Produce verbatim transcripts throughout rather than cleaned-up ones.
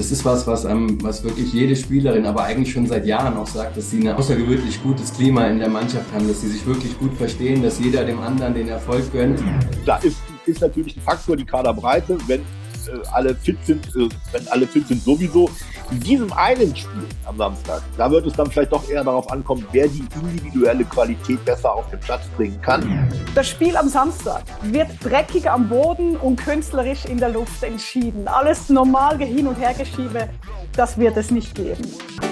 Das ist was, was, ähm, was wirklich jede Spielerin, aber eigentlich schon seit Jahren auch sagt, dass sie ein außergewöhnlich gutes Klima in der Mannschaft haben, dass sie sich wirklich gut verstehen, dass jeder dem anderen den Erfolg gönnt. Da ist, ist natürlich ein Faktor die Kaderbreite, wenn äh, alle fit sind, äh, wenn alle fit sind sowieso. In diesem einen Spiel am Samstag, da wird es dann vielleicht doch eher darauf ankommen, wer die individuelle Qualität besser auf den Platz bringen kann. Das Spiel am Samstag wird dreckig am Boden und künstlerisch in der Luft entschieden. Alles normal hin und her geschiebe, das wird es nicht geben.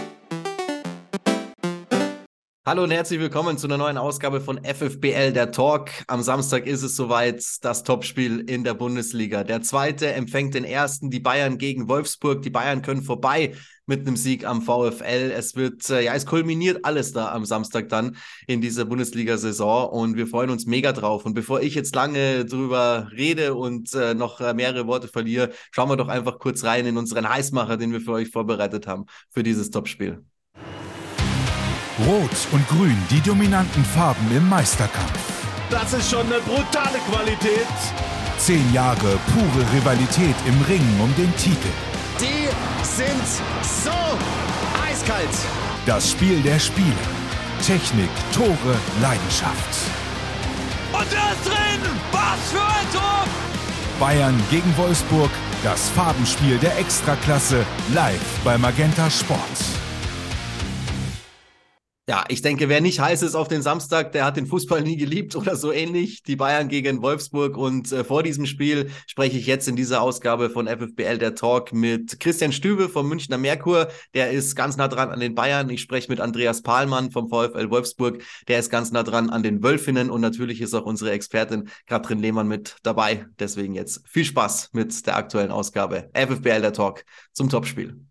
Hallo und herzlich willkommen zu einer neuen Ausgabe von F F B L, der Talk. Am Samstag ist es soweit, das Topspiel in der Bundesliga. Der zweite empfängt den ersten, die Bayern gegen Wolfsburg. Die Bayern können vorbei mit einem Sieg am VfL. Es wird, ja, es kulminiert alles da am Samstag dann in dieser Bundesliga-Saison und wir freuen uns mega drauf. Und bevor ich jetzt lange drüber rede und äh, noch mehrere Worte verliere, schauen wir doch einfach kurz rein in unseren Heißmacher, den wir für euch vorbereitet haben für dieses Topspiel. Rot und Grün, die dominanten Farben im Meisterkampf. Das ist schon eine brutale Qualität. Zehn Jahre pure Rivalität im Ringen um den Titel. Die sind so eiskalt. Das Spiel der Spiele. Technik, Tore, Leidenschaft. Und er ist drin! Was für ein Tor! Bayern gegen Wolfsburg, das Farbenspiel der Extraklasse, live bei Magenta Sport. Ja, ich denke, wer nicht heiß ist auf den Samstag, der hat den Fußball nie geliebt oder so ähnlich. Die Bayern gegen Wolfsburg und äh, vor diesem Spiel spreche ich jetzt in dieser Ausgabe von F F B L, der Talk, mit Christian Stübe vom Münchner Merkur. Der ist ganz nah dran an den Bayern. Ich spreche mit Andreas Pahlmann vom VfL Wolfsburg. Der ist ganz nah dran an den Wölfinnen und natürlich ist auch unsere Expertin Katrin Lehmann mit dabei. Deswegen jetzt viel Spaß mit der aktuellen Ausgabe F F B L, der Talk zum Topspiel.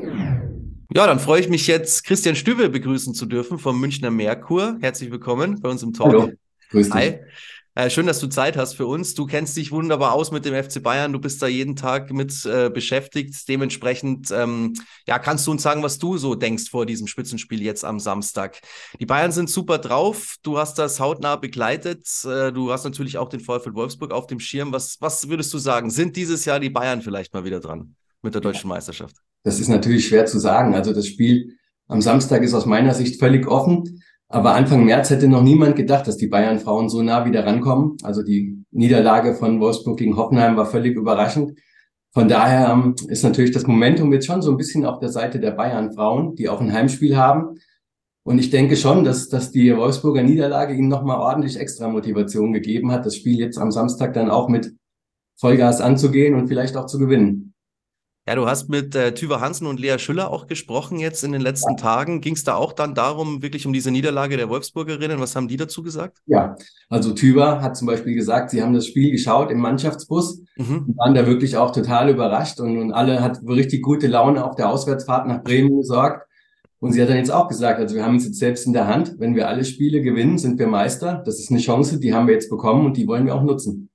Ja, dann freue ich mich jetzt, Christian Stübe begrüßen zu dürfen vom Münchner Merkur. Herzlich willkommen bei uns im Talk. Hallo, grüß dich. Hi. Äh, schön, dass du Zeit hast für uns. Du kennst dich wunderbar aus mit dem F C Bayern. Du bist da jeden Tag mit äh, beschäftigt. Dementsprechend, ähm, ja, kannst du uns sagen, was du so denkst vor diesem Spitzenspiel jetzt am Samstag? Die Bayern sind super drauf. Du hast das hautnah begleitet. Äh, du hast natürlich auch den VfL Wolfsburg auf dem Schirm. Was, was würdest du sagen? Sind dieses Jahr die Bayern vielleicht mal wieder dran mit der deutschen Meisterschaft? Das ist natürlich schwer zu sagen. Also das Spiel am Samstag ist aus meiner Sicht völlig offen. Aber Anfang März hätte noch niemand gedacht, dass die Bayern-Frauen so nah wieder rankommen. Also die Niederlage von Wolfsburg gegen Hoffenheim war völlig überraschend. Von daher ähm, ist natürlich das Momentum jetzt schon so ein bisschen auf der Seite der Bayern-Frauen, die auch ein Heimspiel haben. Und ich denke schon, dass, dass die Wolfsburger Niederlage ihnen nochmal ordentlich extra Motivation gegeben hat, das Spiel jetzt am Samstag dann auch mit Vollgas anzugehen und vielleicht auch zu gewinnen. Ja, du hast mit äh, Thyver Hansen und Lea Schüller auch gesprochen jetzt in den letzten Tagen. Ging es da auch dann darum, wirklich um diese Niederlage der Wolfsburgerinnen? Was haben die dazu gesagt? Ja, also Thyver hat zum Beispiel gesagt, sie haben das Spiel geschaut im Mannschaftsbus Mhm. und waren da wirklich auch total überrascht und, und alle hat richtig gute Laune auf der Auswärtsfahrt nach Bremen gesorgt. Und sie hat dann jetzt auch gesagt, also wir haben es jetzt selbst in der Hand. Wenn wir alle Spiele gewinnen, sind wir Meister. Das ist eine Chance, die haben wir jetzt bekommen und die wollen wir auch nutzen.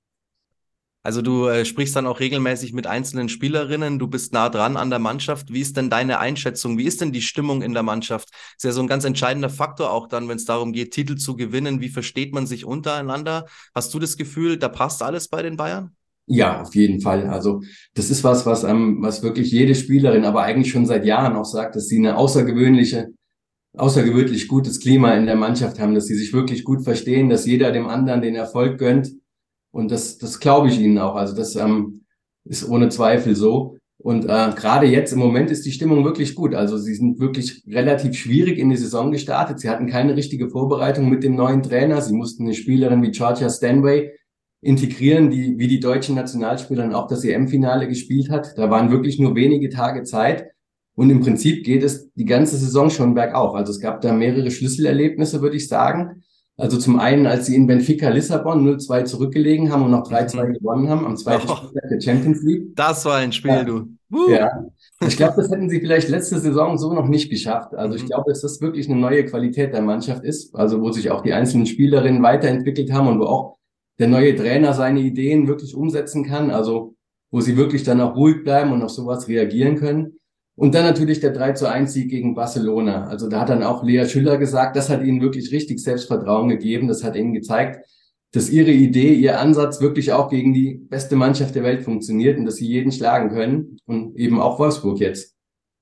Also du äh, sprichst dann auch regelmäßig mit einzelnen Spielerinnen, du bist nah dran an der Mannschaft. Wie ist denn deine Einschätzung? Wie ist denn die Stimmung in der Mannschaft? Ist ja so ein ganz entscheidender Faktor auch dann, wenn es darum geht, Titel zu gewinnen. Wie versteht man sich untereinander? Hast du das Gefühl, da passt alles bei den Bayern? Ja, auf jeden Fall. Also das ist was, was, ähm, was wirklich jede Spielerin, aber eigentlich schon seit Jahren auch sagt, dass sie eine außergewöhnliche, außergewöhnlich gutes Klima in der Mannschaft haben, dass sie sich wirklich gut verstehen, dass jeder dem anderen den Erfolg gönnt. Und das, das glaube ich ihnen auch. Also das ähm, ist ohne Zweifel so. Und äh, gerade jetzt im Moment ist die Stimmung wirklich gut. Also sie sind wirklich relativ schwierig in die Saison gestartet. Sie hatten keine richtige Vorbereitung mit dem neuen Trainer. Sie mussten eine Spielerin wie Georgia Stanway integrieren, die wie die deutschen Nationalspielerin auch das E M-Finale gespielt hat. Da waren wirklich nur wenige Tage Zeit. Und im Prinzip geht es die ganze Saison schon bergauf. Also es gab da mehrere Schlüsselerlebnisse, würde ich sagen. Also zum einen, als sie in Benfica Lissabon null zwei zurückgelegen haben und noch drei zwei mhm. gewonnen haben am zweiten Oh, Spieltag der Champions League. das war ein Spiel, Ja. du. Uh. Ja, ich glaube, das hätten sie vielleicht letzte Saison so noch nicht geschafft. Also ich Mhm. glaube, dass das wirklich eine neue Qualität der Mannschaft ist, also wo sich auch die einzelnen Spielerinnen weiterentwickelt haben und wo auch der neue Trainer seine Ideen wirklich umsetzen kann, also wo sie wirklich dann auch ruhig bleiben und auf sowas reagieren können. Und dann natürlich der drei zu eins Sieg gegen Barcelona. Also da hat dann auch Lea Schüller gesagt, das hat ihnen wirklich richtig Selbstvertrauen gegeben. Das hat ihnen gezeigt, dass ihre Idee, ihr Ansatz wirklich auch gegen die beste Mannschaft der Welt funktioniert und dass sie jeden schlagen können und eben auch Wolfsburg jetzt.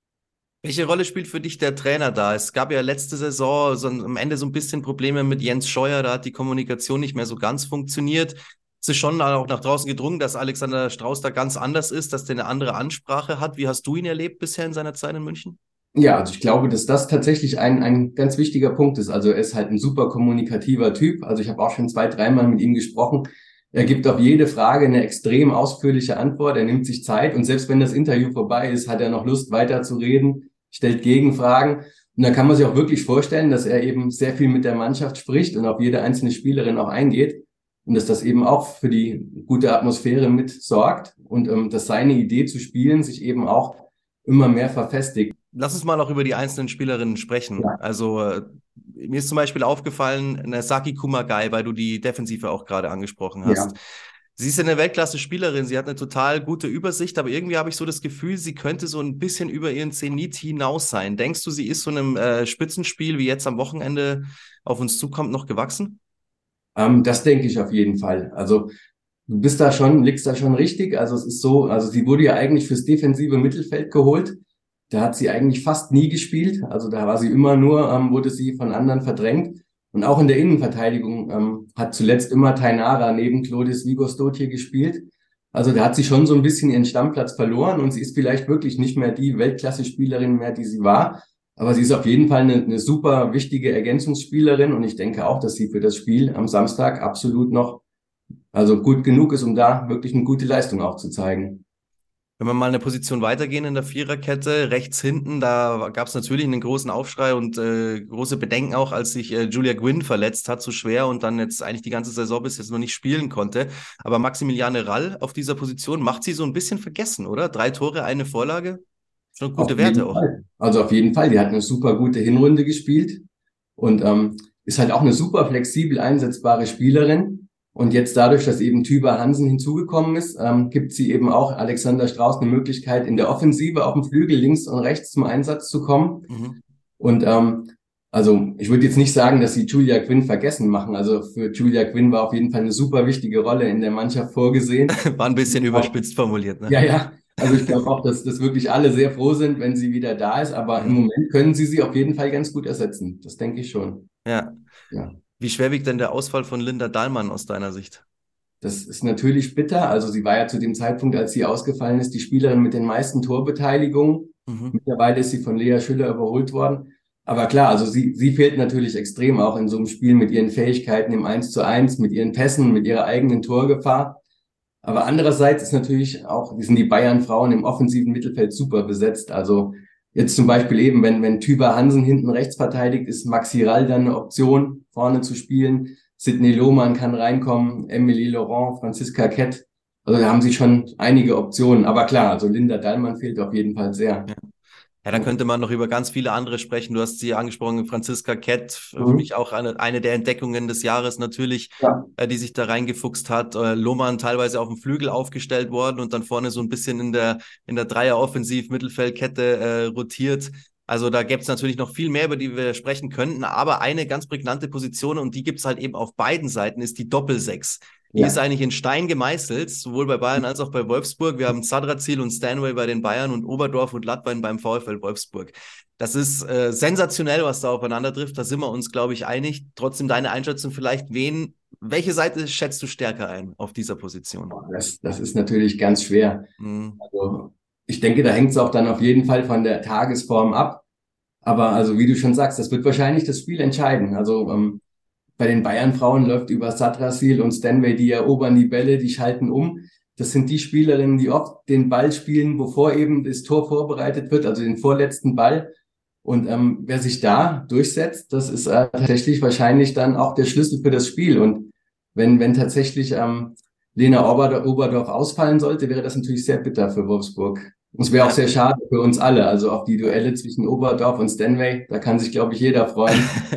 Welche Rolle spielt für dich der Trainer da? Es gab ja letzte Saison so am Ende so ein bisschen Probleme mit Jens Scheuer, da hat die Kommunikation nicht mehr so ganz funktioniert. Es ist schon auch nach draußen gedrungen, dass Alexander Strauß da ganz anders ist, dass der eine andere Ansprache hat. Wie hast du ihn erlebt bisher in seiner Zeit in München? Ja, also ich glaube, dass das tatsächlich ein, ein ganz wichtiger Punkt ist. Also er ist halt ein super kommunikativer Typ. Also ich habe auch schon zwei, dreimal mit ihm gesprochen. Er gibt auf jede Frage eine extrem ausführliche Antwort. Er nimmt sich Zeit und selbst wenn das Interview vorbei ist, hat er noch Lust, weiter zu reden, stellt Gegenfragen. Und da kann man sich auch wirklich vorstellen, dass er eben sehr viel mit der Mannschaft spricht und auf jede einzelne Spielerin auch eingeht. Und dass das eben auch für die gute Atmosphäre mit sorgt und ähm, dass seine Idee zu spielen sich eben auch immer mehr verfestigt. Lass uns mal auch über die einzelnen Spielerinnen sprechen. Ja. Also äh, mir ist zum Beispiel aufgefallen, Saki Kumagai, weil du die Defensive auch gerade angesprochen hast. Ja. Sie ist eine Weltklasse-Spielerin, sie hat eine total gute Übersicht, aber irgendwie habe ich so das Gefühl, sie könnte so ein bisschen über ihren Zenit hinaus sein. Denkst du, sie ist so einem äh, Spitzenspiel, wie jetzt am Wochenende auf uns zukommt, noch gewachsen? Ähm, das denke ich auf jeden Fall. Also du bist da schon, liegst da schon richtig. Also es ist so, also sie wurde ja eigentlich fürs defensive Mittelfeld geholt. Da hat sie eigentlich fast nie gespielt. Also da war sie immer nur, ähm, wurde sie von anderen verdrängt. Und auch in der Innenverteidigung ähm, hat zuletzt immer Tainara neben Clodis Vigosdotier gespielt. Also da hat sie schon so ein bisschen ihren Stammplatz verloren und sie ist vielleicht wirklich nicht mehr die Weltklasse-Spielerin mehr, die sie war. Aber sie ist auf jeden Fall eine, eine super wichtige Ergänzungsspielerin und ich denke auch, dass sie für das Spiel am Samstag absolut noch, also gut genug ist, um da wirklich eine gute Leistung auch zu zeigen. Wenn wir mal eine Position weitergehen in der Viererkette, rechts hinten, da gab es natürlich einen großen Aufschrei und äh, große Bedenken auch, als sich äh, Julia Gwynn verletzt hat, so schwer und dann jetzt eigentlich die ganze Saison bis jetzt noch nicht spielen konnte. Aber Maximiliane Rall auf dieser Position macht sie so ein bisschen vergessen, oder? Drei Tore, eine Vorlage? Schon gute Auf Werte jeden auch. Fall. Also auf jeden Fall, die hat eine super gute Hinrunde gespielt und ähm, ist halt auch eine super flexibel einsetzbare Spielerin. Und jetzt dadurch, dass eben Thyba Hansen hinzugekommen ist, ähm, gibt sie eben auch Alexander Strauß eine Möglichkeit, in der Offensive auf dem Flügel links und rechts zum Einsatz zu kommen. Mhm. Und ähm, also ich würde jetzt nicht sagen, dass sie Julia Gwynn vergessen machen. Also für Julia Gwynn war auf jeden Fall eine super wichtige Rolle in der Mannschaft vorgesehen. War ein bisschen überspitzt formuliert, ne? Ja, ja. Also ich glaube auch, dass, dass wirklich alle sehr froh sind, wenn sie wieder da ist. Aber im Moment können sie sie auf jeden Fall ganz gut ersetzen. Das denke ich schon. Ja. Ja. Wie schwer wiegt denn der Ausfall von Linda Dahlmann aus deiner Sicht? Das ist natürlich bitter. Also sie war ja zu dem Zeitpunkt, als sie ausgefallen ist, die Spielerin mit den meisten Torbeteiligungen. Mhm. Mittlerweile ist sie von Lea Schüller überholt worden. Aber klar, also sie, sie fehlt natürlich extrem auch in so einem Spiel mit ihren Fähigkeiten im Eins zu eins, mit ihren Pässen, mit ihrer eigenen Torgefahr. Aber andererseits ist natürlich auch, sind die Bayern-Frauen im offensiven Mittelfeld super besetzt. Also jetzt zum Beispiel eben, wenn, wenn Thyba Hansen hinten rechts verteidigt, ist Maxi Rall dann eine Option, vorne zu spielen. Sydney Lohmann kann reinkommen, Emilie Laurent, Franziska Kett. Also da haben sie schon einige Optionen. Aber klar, also Linda Dahlmann fehlt auf jeden Fall sehr. Ja. Ja, dann könnte man noch über ganz viele andere sprechen. Du hast sie angesprochen, Franziska Kett, für Mhm. mich auch eine, eine der Entdeckungen des Jahres natürlich, Ja. äh, die sich da reingefuchst hat. Äh, Lohmann teilweise auf dem Flügel aufgestellt worden und dann vorne so ein bisschen in der, in der Dreier-Offensiv-Mittelfeldkette äh, rotiert. Also da gäbe es natürlich noch viel mehr, über die wir sprechen könnten. Aber eine ganz prägnante Position, und die gibt es halt eben auf beiden Seiten, ist die Doppelsechs. Die Ja. ist eigentlich in Stein gemeißelt, sowohl bei Bayern als auch bei Wolfsburg. Wir haben Zadrazil und Stanway bei den Bayern und Oberdorf und Lattwein beim VfL Wolfsburg. Das ist äh, sensationell, was da aufeinander trifft. Da sind wir uns, glaube ich, einig. Trotzdem deine Einschätzung vielleicht, wen, welche Seite schätzt du stärker ein auf dieser Position? Das, das ist natürlich ganz schwer. Mhm. Also ich denke, da hängt es auch dann auf jeden Fall von der Tagesform ab. Aber also wie du schon sagst, das wird wahrscheinlich das Spiel entscheiden. Also ähm, bei den Bayern-Frauen läuft über Sadrazil und Stanway, die erobern die Bälle, die schalten um. Das sind die Spielerinnen, die oft den Ball spielen, bevor eben das Tor vorbereitet wird, also den vorletzten Ball. Und ähm, wer sich da durchsetzt, das ist äh, tatsächlich wahrscheinlich dann auch der Schlüssel für das Spiel. Und wenn wenn tatsächlich ähm, Lena Oberdorf, Oberdorf ausfallen sollte, wäre das natürlich sehr bitter für Wolfsburg. Und es wäre auch sehr schade für uns alle. Also auf die Duelle zwischen Oberdorf und Stanway, da kann sich, glaube ich, jeder freuen.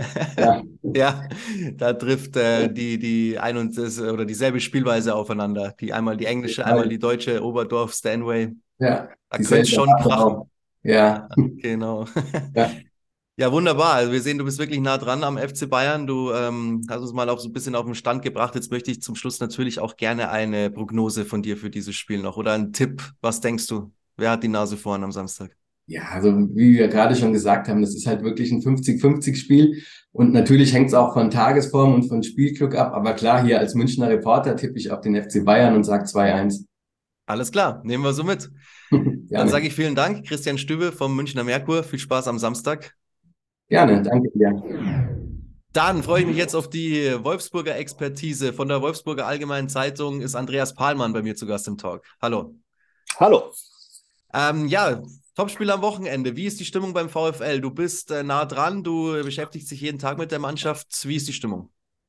Ja. Ja, da trifft äh, die die ein und das oder dieselbe Spielweise aufeinander. Die einmal die englische, einmal die deutsche, Oberdorf, Stanway. Ja, Da die könnte selbe schon Art krachen. auch. Ja, Genau. ja. Ja, wunderbar. Also wir sehen, du bist wirklich nah dran am F C Bayern. Du ähm, hast uns mal auf so ein bisschen auf den Stand gebracht. Jetzt möchte ich zum Schluss natürlich auch gerne eine Prognose von dir für dieses Spiel noch oder einen Tipp. Was denkst du? Wer hat die Nase vorn am Samstag? Ja, also wie wir gerade schon gesagt haben, das ist halt wirklich ein fünfzig fünfzig Spiel und natürlich hängt es auch von Tagesform und von Spielglück ab, aber klar, hier als Münchner Reporter tippe ich auf den F C Bayern und sage zwei eins. Alles klar, nehmen wir so mit. Dann sage ich vielen Dank, Christian Stübe vom Münchner Merkur. Viel Spaß am Samstag. Gerne, danke dir. Dann freue ich mich jetzt auf die Wolfsburger Expertise. Von der Wolfsburger Allgemeinen Zeitung ist Andreas Pahlmann bei mir zu Gast im Talk. Hallo. Hallo. Ähm, ja, Topspiel am Wochenende. Wie ist die Stimmung beim VfL? Du bist äh, nah dran, du beschäftigst dich jeden Tag mit der Mannschaft. Wie ist die Stimmung?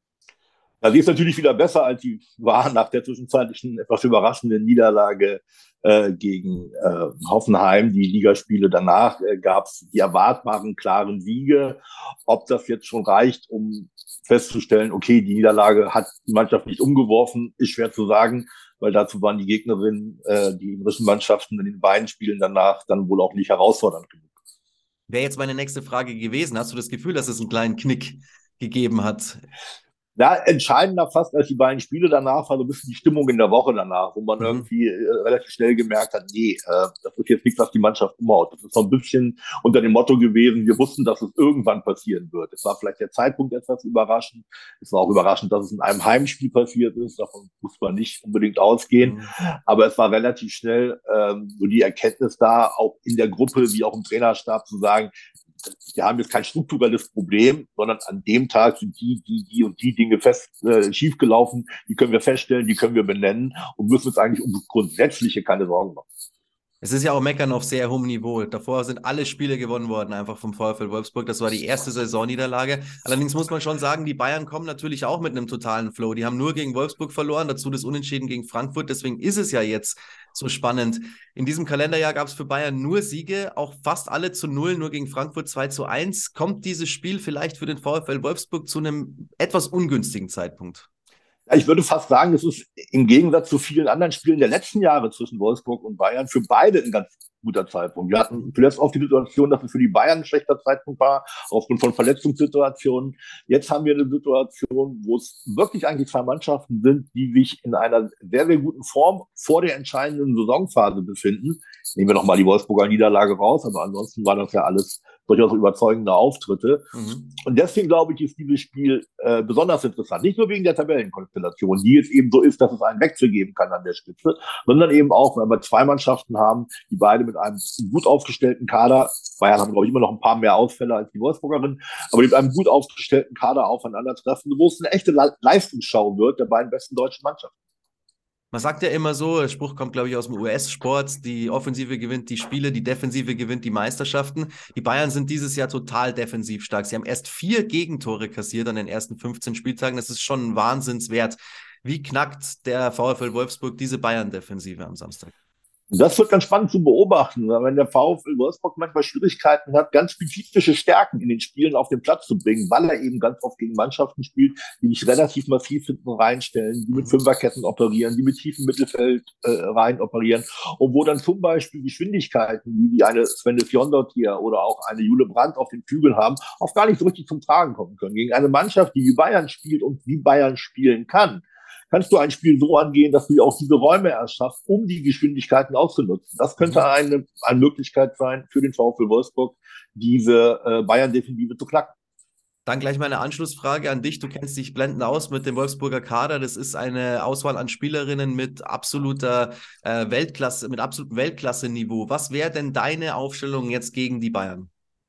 Ja, sie ist natürlich wieder besser, als sie war nach der zwischenzeitlichen etwas überraschenden Niederlage äh, gegen äh, Hoffenheim. Die Ligaspiele danach äh, gab es die erwartbaren klaren Siege. Ob das jetzt schon reicht, um festzustellen, okay, die Niederlage hat die Mannschaft nicht umgeworfen, ist schwer zu sagen, weil dazu waren die Gegnerinnen, äh, die englischen Mannschaften in den beiden Spielen danach dann wohl auch nicht herausfordernd genug. Wäre jetzt meine nächste Frage gewesen. Hast du das Gefühl, dass es einen kleinen Knick gegeben hat? Ja, entscheidender fast als die beiden Spiele danach war so ein bisschen die Stimmung in der Woche danach, wo man mhm. irgendwie äh, relativ schnell gemerkt hat, nee, äh, das ist jetzt nichts, was die Mannschaft umhaut. Das ist so ein bisschen unter dem Motto gewesen, wir wussten, dass es irgendwann passieren wird. Es war vielleicht der Zeitpunkt etwas überraschend. Es war auch überraschend, dass es in einem Heimspiel passiert ist. Davon muss man nicht unbedingt ausgehen. Mhm. Aber es war relativ schnell ähm, so die Erkenntnis da, auch in der Gruppe wie auch im Trainerstab zu sagen, wir haben jetzt kein strukturelles Problem, sondern an dem Tag sind die, die, die und die Dinge fest äh, schiefgelaufen. Die können wir feststellen, die können wir benennen und müssen uns eigentlich um das Grundsätzliche keine Sorgen machen. Es ist ja auch Meckern auf sehr hohem Niveau. Davor sind alle Spiele gewonnen worden, einfach vom VfL Wolfsburg. Das war die erste Saisonniederlage. Allerdings muss man schon sagen, die Bayern kommen natürlich auch mit einem totalen Flow. Die haben nur gegen Wolfsburg verloren, dazu das Unentschieden gegen Frankfurt. Deswegen ist es ja jetzt so spannend. In diesem Kalenderjahr gab es für Bayern nur Siege, auch fast alle zu null, nur gegen Frankfurt zwei zu eins. Kommt dieses Spiel vielleicht für den VfL Wolfsburg zu einem etwas ungünstigen Zeitpunkt? Ja, ich würde fast sagen, es ist im Gegensatz zu vielen anderen Spielen der letzten Jahre zwischen Wolfsburg und Bayern für beide ein ganz guter Zeitpunkt. Wir hatten zuletzt oft die Situation, dass es für die Bayern ein schlechter Zeitpunkt war, aufgrund von Verletzungssituationen. Jetzt haben wir eine Situation, wo es wirklich eigentlich zwei Mannschaften sind, die sich in einer sehr, sehr guten Form vor der entscheidenden Saisonphase befinden. Nehmen wir nochmal die Wolfsburger Niederlage raus, aber ansonsten war das ja alles durchaus überzeugende Auftritte. Mhm. Und deswegen, glaube ich, ist dieses Spiel äh, besonders interessant. Nicht nur wegen der Tabellenkonstellation, die es eben so ist, dass es einen Wechsel geben kann an der Spitze, sondern eben auch, weil wir zwei Mannschaften haben, die beide mit einem gut aufgestellten Kader, Bayern haben, glaube ich, immer noch ein paar mehr Ausfälle als die Wolfsburgerin, aber mit einem gut aufgestellten Kader aufeinandertreffen, wo es eine echte Le- Leistungsschau wird der beiden besten deutschen Mannschaften. Man sagt ja immer so, der Spruch kommt, glaube ich, aus dem U S-Sport, die Offensive gewinnt die Spiele, die Defensive gewinnt die Meisterschaften. Die Bayern sind dieses Jahr total defensiv stark. Sie haben erst vier Gegentore kassiert an den ersten fünfzehn Spieltagen. Das ist schon ein Wahnsinnswert. Wie knackt der VfL Wolfsburg diese Bayern-Defensive am Samstag? Das wird ganz spannend zu beobachten, weil wenn der VfL Wolfsburg manchmal Schwierigkeiten hat, ganz spezifische Stärken in den Spielen auf den Platz zu bringen, weil er eben ganz oft gegen Mannschaften spielt, die sich relativ massiv hinten reinstellen, die mit Fünferketten operieren, die mit tiefem Mittelfeld äh, rein operieren und wo dann zum Beispiel Geschwindigkeiten, wie die eine Sven Fjondort hier oder auch eine Jule Brandt auf den Flügeln haben, oft gar nicht so richtig zum Tragen kommen können. Gegen eine Mannschaft, die wie Bayern spielt und wie Bayern spielen kann, kannst du ein Spiel so angehen, dass du auch diese Räume erschaffst, um die Geschwindigkeiten auszunutzen. Das könnte eine, eine Möglichkeit sein für den VfL Wolfsburg, diese äh, Bayern-Defensive zu knacken. Dann gleich meine Anschlussfrage an dich. Du kennst dich blendend aus mit dem Wolfsburger Kader. Das ist eine Auswahl an Spielerinnen mit absoluter äh, Weltklasse, mit absolutem Weltklasse-Niveau. Was wäre denn deine Aufstellung jetzt gegen die Bayern?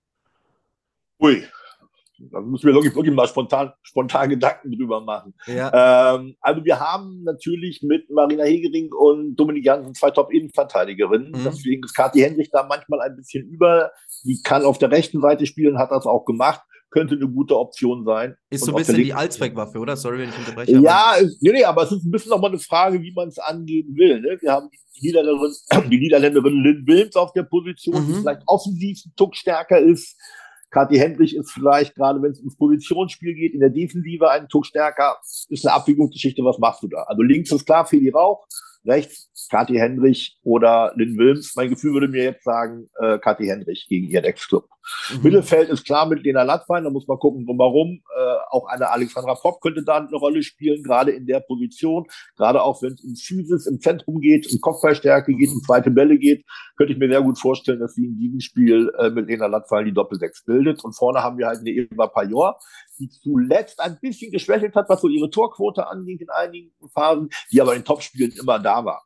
Ui. Da müssen wir wirklich, wirklich mal spontan, spontan Gedanken drüber machen. Ja. Ähm, also wir haben natürlich mit Marina Hegering und Dominik Jansen zwei Top-Innenverteidigerinnen. Mhm. Deswegen ist Kathi Hendrich da manchmal ein bisschen über. Die kann auf der rechten Seite spielen, hat das auch gemacht. Könnte eine gute Option sein. Ist und so ein bisschen die Allzweckwaffe, oder? Sorry, wenn ich unterbreche. Ja, nee, nee, aber es ist ein bisschen nochmal eine Frage, wie man es angehen will. Ne? Wir haben die Niederländerin, die Niederländerin Lynn Wilms auf der Position, mhm. die vielleicht offensiv ein Tuck stärker ist. Kathi Hendrich ist vielleicht, gerade wenn es ums Positionsspiel geht, in der Defensive einen Tuck stärker. Ist eine Abwägungsgeschichte, was machst du da? Also links ist klar, Feli Rauch. Rechts Kathi Henrich oder Lynn Wilms. Mein Gefühl würde mir jetzt sagen, äh, Kathi Henrich gegen ihren Ex-Club. Mhm. Mittelfeld ist klar mit Lena Lattwein, da muss man gucken drumherum. Äh, auch eine Alexandra Popp könnte da eine Rolle spielen, gerade in der Position. Gerade auch wenn es um Physis im Zentrum geht, um Kopfballstärke geht, um zweite Bälle geht, könnte ich mir sehr gut vorstellen, dass sie in diesem Spiel äh, mit Lena Lattwein die Doppelsechs bildet. Und vorne haben wir halt eine Eva Pajor, die zuletzt ein bisschen geschwächelt hat, was so ihre Torquote angeht in einigen Phasen, die aber in Topspielen immer da war.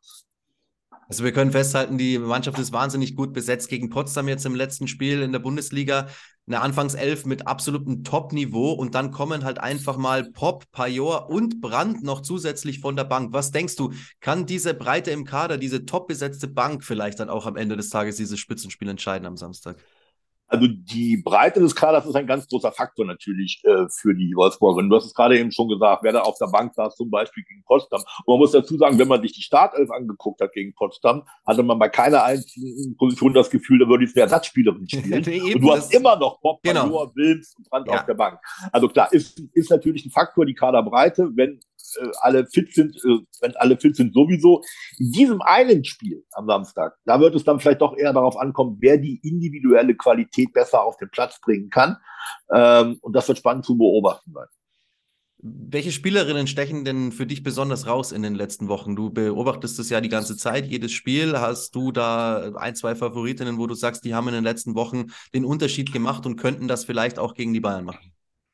Also wir können festhalten, die Mannschaft ist wahnsinnig gut besetzt gegen Potsdam jetzt im letzten Spiel in der Bundesliga. Eine Anfangself mit absolutem Top-Niveau und dann kommen halt einfach mal Popp, Pajor und Brandt noch zusätzlich von der Bank. Was denkst du, kann diese Breite im Kader, diese top besetzte Bank vielleicht dann auch am Ende des Tages dieses Spitzenspiel entscheiden am Samstag? Also die Breite des Kaders ist ein ganz großer Faktor natürlich äh, für die Wolfsburgerinnen. Du hast es gerade eben schon gesagt, wer da auf der Bank saß, zum Beispiel gegen Potsdam. Und man muss dazu sagen, wenn man sich die Startelf angeguckt hat gegen Potsdam, hatte man bei keiner einzigen Position das Gefühl, da würde jetzt eine Ersatzspielerin spielen. Nee, und du hast immer noch Bob, genau. Pajor, Wilms und Brandt Ja. auf der Bank. Also klar, ist, ist natürlich ein Faktor, die Kaderbreite, wenn äh, alle fit sind, äh, wenn alle fit sind sowieso. In diesem einen Spiel am Samstag, da wird es dann vielleicht doch eher darauf ankommen, wer die individuelle Qualität besser auf den Platz bringen kann. Ähm, und das wird spannend zu beobachten sein. Welche Spielerinnen stechen denn für dich besonders raus in den letzten Wochen? Du beobachtest es ja die ganze Zeit, jedes Spiel. Hast du da ein, zwei Favoritinnen, wo du sagst, die haben in den letzten Wochen den Unterschied gemacht und könnten das vielleicht auch gegen die Bayern machen?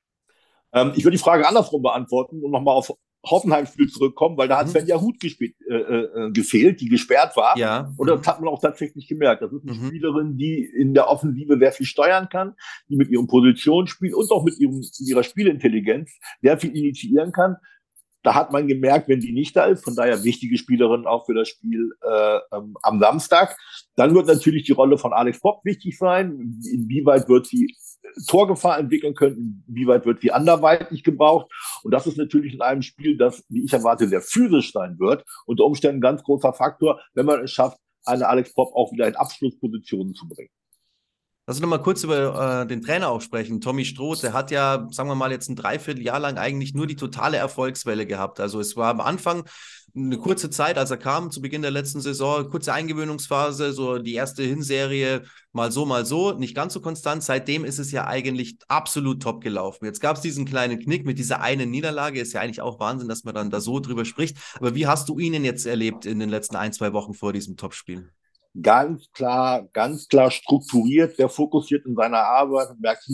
Ähm, ich würde die Frage andersrum beantworten und nochmal auf Hoffenheim-Spiel zurückkommen, weil da hat Mhm. Svenja Huth gespielt, äh, äh, gefehlt, die gesperrt war. Ja. Und das hat man auch tatsächlich gemerkt. Das ist eine Mhm. Spielerin, die in der Offensive sehr viel steuern kann, die mit ihrem Positionsspiel und auch mit, ihrem, mit ihrer Spielintelligenz sehr viel initiieren kann. Da hat man gemerkt, wenn die nicht da ist, von daher wichtige Spielerin auch für das Spiel äh, ähm, am Samstag. Dann wird natürlich die Rolle von Alex Popp wichtig sein. Inwieweit wird sie Torgefahr entwickeln können, inwieweit wird sie anderweitig gebraucht. Und das ist natürlich in einem Spiel, das, wie ich erwarte, sehr physisch sein wird. Unter Umständen ein ganz großer Faktor, wenn man es schafft, eine Alex Popp auch wieder in Abschlusspositionen zu bringen. Lass uns noch mal kurz über äh, den Trainer auch sprechen. Tommy Stroh, der hat ja, sagen wir mal, jetzt ein Dreivierteljahr lang eigentlich nur die totale Erfolgswelle gehabt. Also es war am Anfang eine kurze Zeit, als er kam, zu Beginn der letzten Saison, kurze Eingewöhnungsphase, so die erste Hinserie, mal so, mal so, nicht ganz so konstant. Seitdem ist es ja eigentlich absolut top gelaufen. Jetzt gab es diesen kleinen Knick mit dieser einen Niederlage. Ist ja eigentlich auch Wahnsinn, dass man dann da so drüber spricht. Aber wie hast du ihn denn jetzt erlebt in den letzten ein, zwei Wochen vor diesem Topspiel? Ganz klar, ganz klar strukturiert, sehr fokussiert in seiner Arbeit. Man merkt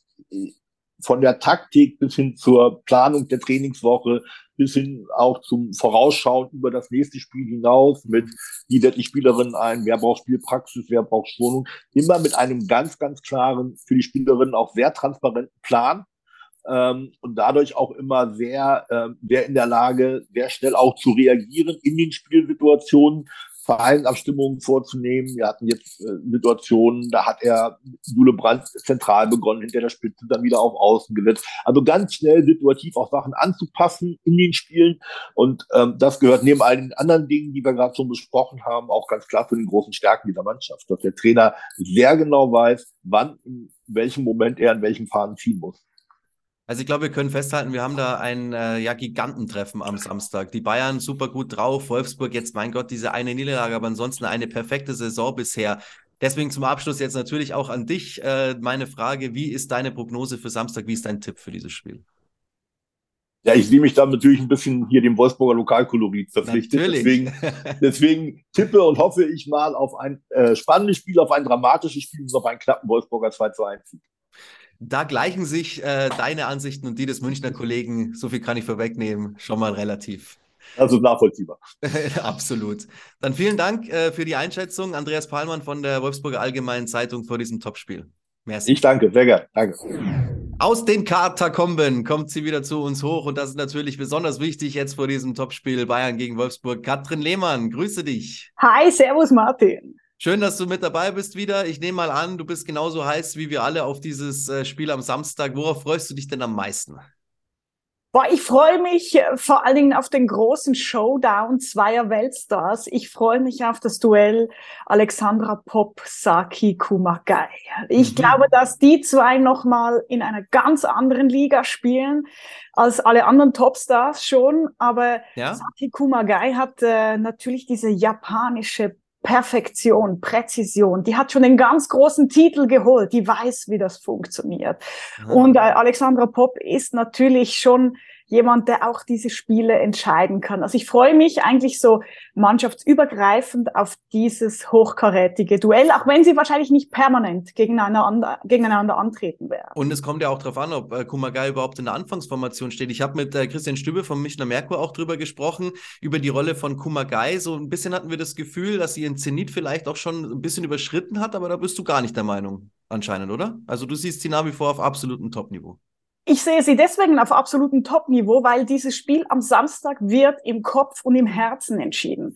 von der Taktik bis hin zur Planung der Trainingswoche, bis hin auch zum Vorausschauen über das nächste Spiel hinaus mit, wie setzt die Spielerin ein, wer braucht Spielpraxis, wer braucht Schonung. Immer mit einem ganz, ganz klaren, für die Spielerinnen auch sehr transparenten Plan. Ähm, und dadurch auch immer sehr, ähm, sehr in der Lage, sehr schnell auch zu reagieren in den Spielsituationen, Verhaltensabstimmungen vorzunehmen. Wir hatten jetzt äh, Situationen, da hat er Jule Brandt zentral begonnen, hinter der Spitze dann wieder auf Außen gesetzt. Also ganz schnell situativ auch Sachen anzupassen in den Spielen. Und ähm, das gehört neben all den anderen Dingen, die wir gerade schon besprochen haben, auch ganz klar zu den großen Stärken dieser Mannschaft, dass der Trainer sehr genau weiß, wann, in welchem Moment er in welchem Faden ziehen muss. Also ich glaube, wir können festhalten, wir haben da ein äh, ja, Gigantentreffen am Samstag. Die Bayern super gut drauf, Wolfsburg jetzt, mein Gott, diese eine Niederlage, aber ansonsten eine perfekte Saison bisher. Deswegen zum Abschluss jetzt natürlich auch an dich äh, meine Frage, wie ist deine Prognose für Samstag, wie ist dein Tipp für dieses Spiel? Ja, ich sehe mich da natürlich ein bisschen hier dem Wolfsburger Lokalkolorit verpflichtet. Natürlich. Deswegen, deswegen tippe und hoffe ich mal auf ein äh, spannendes Spiel, auf ein dramatisches Spiel und auf einen knappen Wolfsburger zwei zu eins. Da gleichen sich äh, deine Ansichten und die des Münchner Kollegen, so viel kann ich vorwegnehmen, schon mal relativ. Also nachvollziehbar. Absolut. Dann vielen Dank äh, für die Einschätzung. Andreas Pahlmann von der Wolfsburger Allgemeinen Zeitung vor diesem Topspiel. Merci. Ich danke, sehr gerne. Danke. Aus den Katakomben kommt sie wieder zu uns hoch und das ist natürlich besonders wichtig jetzt vor diesem Topspiel Bayern gegen Wolfsburg. Katrin Lehmann, grüße dich. Hi, servus Martin. Schön, dass du mit dabei bist wieder. Ich nehme mal an, du bist genauso heiß wie wir alle auf dieses äh, Spiel am Samstag. Worauf freust du dich denn am meisten? Boah, ich freue mich äh, vor allen Dingen auf den großen Showdown zweier Weltstars. Ich freue mich auf das Duell Alexandra Popp, Saki Kumagai. Ich Mhm. glaube, dass die zwei nochmal in einer ganz anderen Liga spielen als alle anderen Topstars schon. Aber Ja? Saki Kumagai hat äh, natürlich diese japanische Perfektion, Präzision. Die hat schon den ganz großen Titel geholt. Die weiß, wie das funktioniert. Aha. Und äh, Alexandra Popp ist natürlich schon jemand, der auch diese Spiele entscheiden kann. Also ich freue mich eigentlich so mannschaftsübergreifend auf dieses hochkarätige Duell, auch wenn sie wahrscheinlich nicht permanent gegeneinander, gegeneinander antreten werden. Und es kommt ja auch darauf an, ob äh, Kumagai überhaupt in der Anfangsformation steht. Ich habe mit äh, Christian Stübe vom Münchner Merkur auch drüber gesprochen, über die Rolle von Kumagai. So ein bisschen hatten wir das Gefühl, dass sie ihren Zenit vielleicht auch schon ein bisschen überschritten hat, aber da bist du gar nicht der Meinung anscheinend, oder? Also du siehst sie nach wie vor auf absolutem Topniveau. Ich sehe sie deswegen auf absolutem Topniveau, weil dieses Spiel am Samstag wird im Kopf und im Herzen entschieden.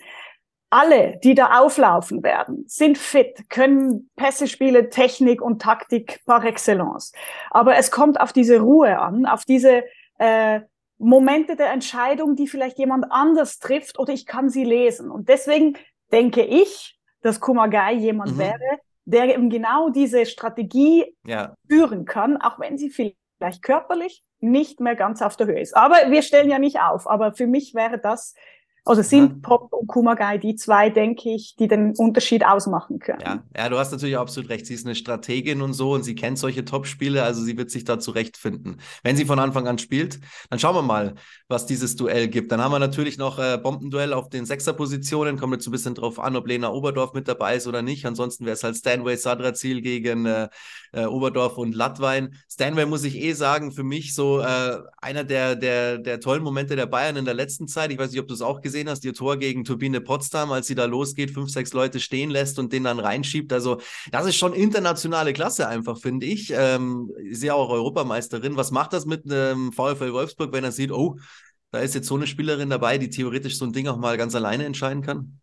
Alle, die da auflaufen werden, sind fit, können Pässe spielen, Technik und Taktik par excellence. Aber es kommt auf diese Ruhe an, auf diese äh, Momente der Entscheidung, die vielleicht jemand anders trifft oder ich kann sie lesen. Und deswegen denke ich, dass Kumagai jemand Mhm. wäre, der eben genau diese Strategie Ja. führen kann, auch wenn sie vielleicht vielleicht körperlich nicht mehr ganz auf der Höhe ist. Aber wir stellen ja nicht auf. Aber für mich wäre das, also sind Aha. Popp und Kumagai die zwei, denke ich, die den Unterschied ausmachen können. Ja, ja, du hast natürlich auch absolut recht. Sie ist eine Strategin und so und sie kennt solche Top-Spiele, also sie wird sich da zurechtfinden. Wenn sie von Anfang an spielt, dann schauen wir mal, was dieses Duell gibt. Dann haben wir natürlich noch äh, Bombenduell auf den Sechserpositionen. Kommt jetzt so ein bisschen drauf an, ob Lena Oberdorf mit dabei ist oder nicht. Ansonsten wäre es halt Stanway Sadrazil gegen äh, äh, Oberdorf und Latwein. Stanway, muss ich eh sagen, für mich so äh, einer der, der, der tollen Momente der Bayern in der letzten Zeit. Ich weiß nicht, ob du es auch gesehen hast, ihr Tor gegen Turbine Potsdam, als sie da losgeht, fünf, sechs Leute stehen lässt und den dann reinschiebt. Also das ist schon internationale Klasse einfach, finde ich. Ähm, ist ja auch Europameisterin. Was macht das mit einem VfL Wolfsburg, wenn er sieht, oh, da ist jetzt so eine Spielerin dabei, die theoretisch so ein Ding auch mal ganz alleine entscheiden kann?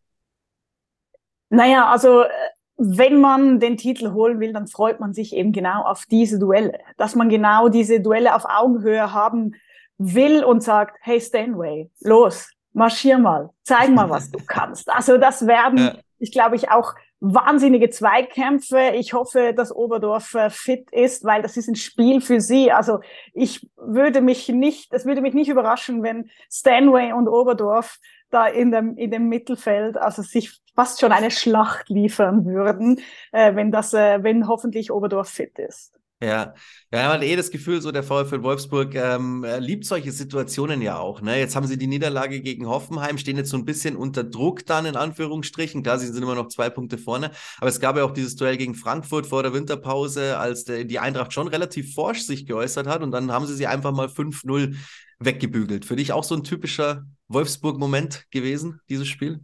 Naja, also äh, wenn man den Titel holen will, dann freut man sich eben genau auf diese Duelle. Dass man genau diese Duelle auf Augenhöhe haben will und sagt, hey Stanway, los, marschier mal, zeig mal, was du kannst. Also das werden, Ja. ich glaube ich, auch wahnsinnige Zweikämpfe. Ich hoffe, dass Oberdorf äh, fit ist, weil das ist ein Spiel für sie. Also ich würde mich nicht, es würde mich nicht überraschen, wenn Stanway und Oberdorf da in dem, in dem Mittelfeld, also sich fast schon eine Schlacht liefern würden, äh, wenn das, äh, wenn hoffentlich Oberdorf fit ist. Ja, ja, man hat eh das Gefühl, so der VfL Wolfsburg ähm, äh, liebt solche Situationen ja auch. Ne? Jetzt haben sie die Niederlage gegen Hoffenheim, stehen jetzt so ein bisschen unter Druck dann in Anführungsstrichen. Klar, sie sind immer noch zwei Punkte vorne, aber es gab ja auch dieses Duell gegen Frankfurt vor der Winterpause, als der, die Eintracht schon relativ forsch sich geäußert hat und dann haben sie sie einfach mal fünf null weggebügelt. Für dich auch so ein typischer Wolfsburg-Moment gewesen, dieses Spiel?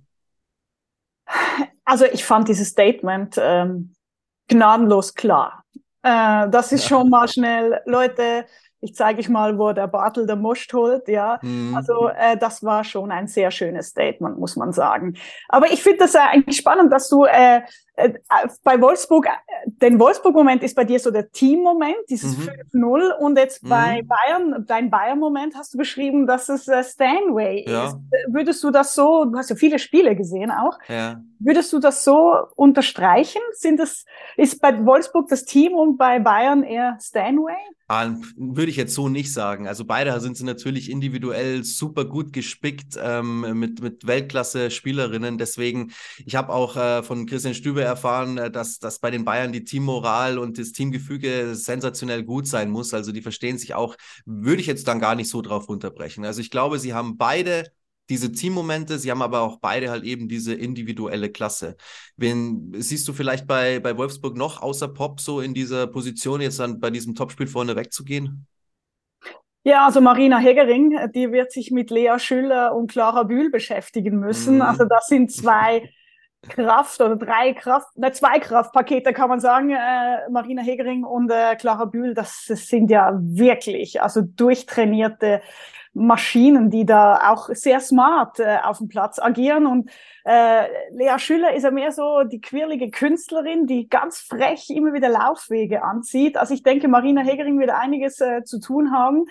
Also ich fand dieses Statement ähm, gnadenlos klar. Äh, das ist schon mal schnell, Leute, ich zeige euch mal, wo der Bartel der Most holt, ja. Mhm. Also äh, das war schon ein sehr schönes Statement, muss man sagen. Aber ich finde das äh, eigentlich spannend, dass du äh, äh, bei Wolfsburg, äh, den Wolfsburg-Moment ist bei dir so der Team-Moment, dieses Mhm. fünf null und jetzt Mhm. bei Bayern, dein Bayern-Moment hast du beschrieben, dass es äh, Stanway Ja. ist. Würdest du das so, du hast ja viele Spiele gesehen auch, Ja. würdest du das so unterstreichen? Sind das, ist bei Wolfsburg das Team und bei Bayern eher Stanway? Ah, würde ich jetzt so nicht sagen. Also beide sind sie natürlich individuell super gut gespickt ähm, mit, mit Weltklasse-Spielerinnen. Deswegen, ich habe auch äh, von Christian Stübe erfahren, äh, dass, dass bei den Bayern die Teammoral und das Teamgefüge sensationell gut sein muss. Also die verstehen sich auch, würde ich jetzt dann gar nicht so drauf runterbrechen. Also ich glaube, sie haben beide diese Teammomente, sie haben aber auch beide halt eben diese individuelle Klasse. Wen siehst du vielleicht bei, bei Wolfsburg noch außer Popp so in dieser Position, jetzt dann bei diesem Topspiel vorne wegzugehen? Ja, also Marina Hegering, die wird sich mit Lea Schüller und Clara Bühl beschäftigen müssen. Mhm. Also das sind zwei Kraft oder drei Kraft, ne, zwei Kraftpakete kann man sagen, äh, Marina Hegering und äh, Clara Bühl, das, das sind ja wirklich, also durchtrainierte Maschinen, die da auch sehr smart äh, auf dem Platz agieren. Und äh, Lea Schüller ist ja mehr so die quirlige Künstlerin, die ganz frech immer wieder Laufwege anzieht. Also ich denke, Marina Hegering wird einiges äh, zu tun haben.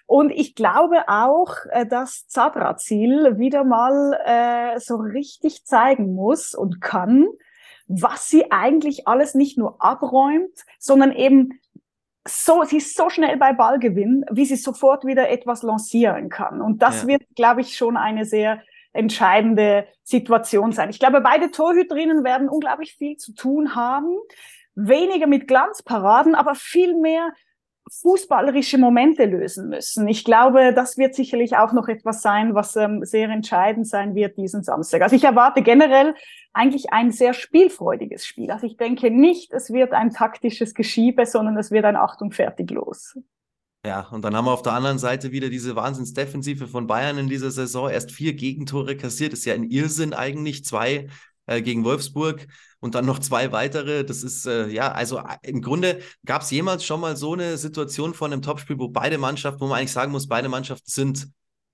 Und ich glaube auch, dass Zadrazil wieder mal äh, so richtig zeigen muss und kann, was sie eigentlich alles nicht nur abräumt, sondern eben so, sie ist so schnell bei Ballgewinn, wie sie sofort wieder etwas lancieren kann. Und das ja. wird, glaube ich, schon eine sehr entscheidende Situation sein. Ich glaube, beide Torhüterinnen werden unglaublich viel zu tun haben. Weniger mit Glanzparaden, aber viel mehr fußballerische Momente lösen müssen. Ich glaube, das wird sicherlich auch noch etwas sein, was ähm, sehr entscheidend sein wird diesen Samstag. Also ich erwarte generell eigentlich ein sehr spielfreudiges Spiel. Also ich denke nicht, es wird ein taktisches Geschiebe, sondern es wird ein Achtung, fertig, los. Ja, und dann haben wir auf der anderen Seite wieder diese Wahnsinnsdefensive von Bayern in dieser Saison. Erst vier Gegentore kassiert, ist ja ein Irrsinn eigentlich. Zwei äh, gegen Wolfsburg und dann noch zwei weitere. Das ist, äh, ja, also im Grunde gab es jemals schon mal so eine Situation von einem Topspiel, wo beide Mannschaften, wo man eigentlich sagen muss, beide Mannschaften sind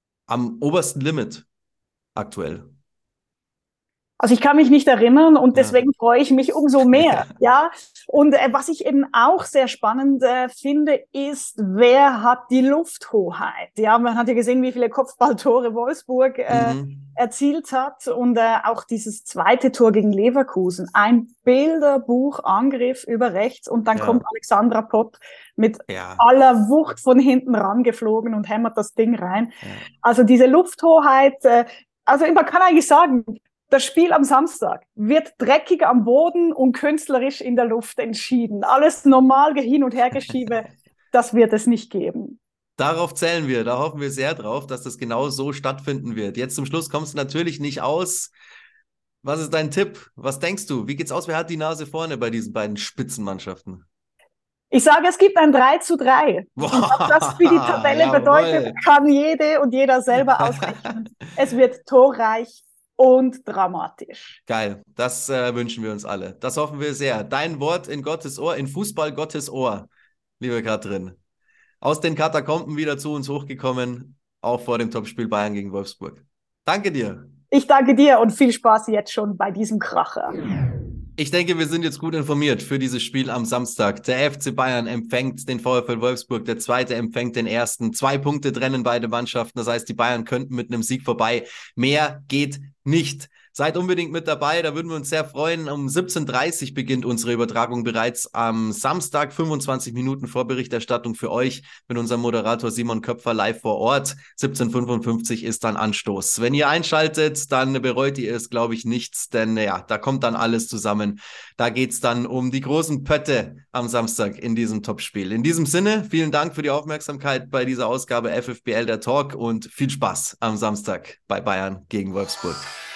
am obersten Limit aktuell. Also ich kann mich nicht erinnern und deswegen ja. freue ich mich umso mehr. Ja. ja. Und äh, was ich eben auch sehr spannend äh, finde, ist, wer hat die Lufthoheit? Ja, man hat ja gesehen, wie viele Kopfballtore Wolfsburg äh, mhm. erzielt hat und äh, auch dieses zweite Tor gegen Leverkusen. Ein Bilderbuchangriff über rechts und dann ja. kommt Alexandra Pott mit ja. aller Wucht von hinten rangeflogen und hämmert das Ding rein. Ja. Also diese Lufthoheit, äh, also man kann eigentlich sagen, das Spiel am Samstag wird dreckig am Boden und künstlerisch in der Luft entschieden. Alles normal hin und her geschiebe, das wird es nicht geben. Darauf zählen wir, da hoffen wir sehr drauf, dass das genau so stattfinden wird. Jetzt zum Schluss kommst du natürlich nicht aus. Was ist dein Tipp? Was denkst du? Wie geht's aus? Wer hat die Nase vorne bei diesen beiden Spitzenmannschaften? Ich sage, es gibt ein drei zu drei. Boah, und was das für die Tabelle jawohl. bedeutet, kann jede und jeder selber ausrechnen. Es wird torreich und dramatisch. Geil, das äh, wünschen wir uns alle. Das hoffen wir sehr. Dein Wort in Gottes Ohr, in Fußball Gottes Ohr, liebe Katrin. Aus den Katakomben wieder zu uns hochgekommen, auch vor dem Topspiel Bayern gegen Wolfsburg. Danke dir. Ich danke dir und viel Spaß jetzt schon bei diesem Kracher. Ich denke, wir sind jetzt gut informiert für dieses Spiel am Samstag. Der F C Bayern empfängt den VfL Wolfsburg, der zweite empfängt den ersten. Zwei Punkte trennen beide Mannschaften, das heißt, die Bayern könnten mit einem Sieg vorbei. Mehr geht nicht. Seid unbedingt mit dabei, da würden wir uns sehr freuen. Um siebzehn Uhr dreißig beginnt unsere Übertragung bereits am Samstag. fünfundzwanzig Minuten Vorberichterstattung für euch mit unserem Moderator Simon Köpfer live vor Ort. siebzehn Uhr fünfundfünfzig ist dann Anstoß. Wenn ihr einschaltet, dann bereut ihr es, glaube ich, nichts, denn ja, da kommt dann alles zusammen. Da geht's dann um die großen Pötte am Samstag in diesem Topspiel. In diesem Sinne, vielen Dank für die Aufmerksamkeit bei dieser Ausgabe F F B L der Talk und viel Spaß am Samstag bei Bayern gegen Wolfsburg.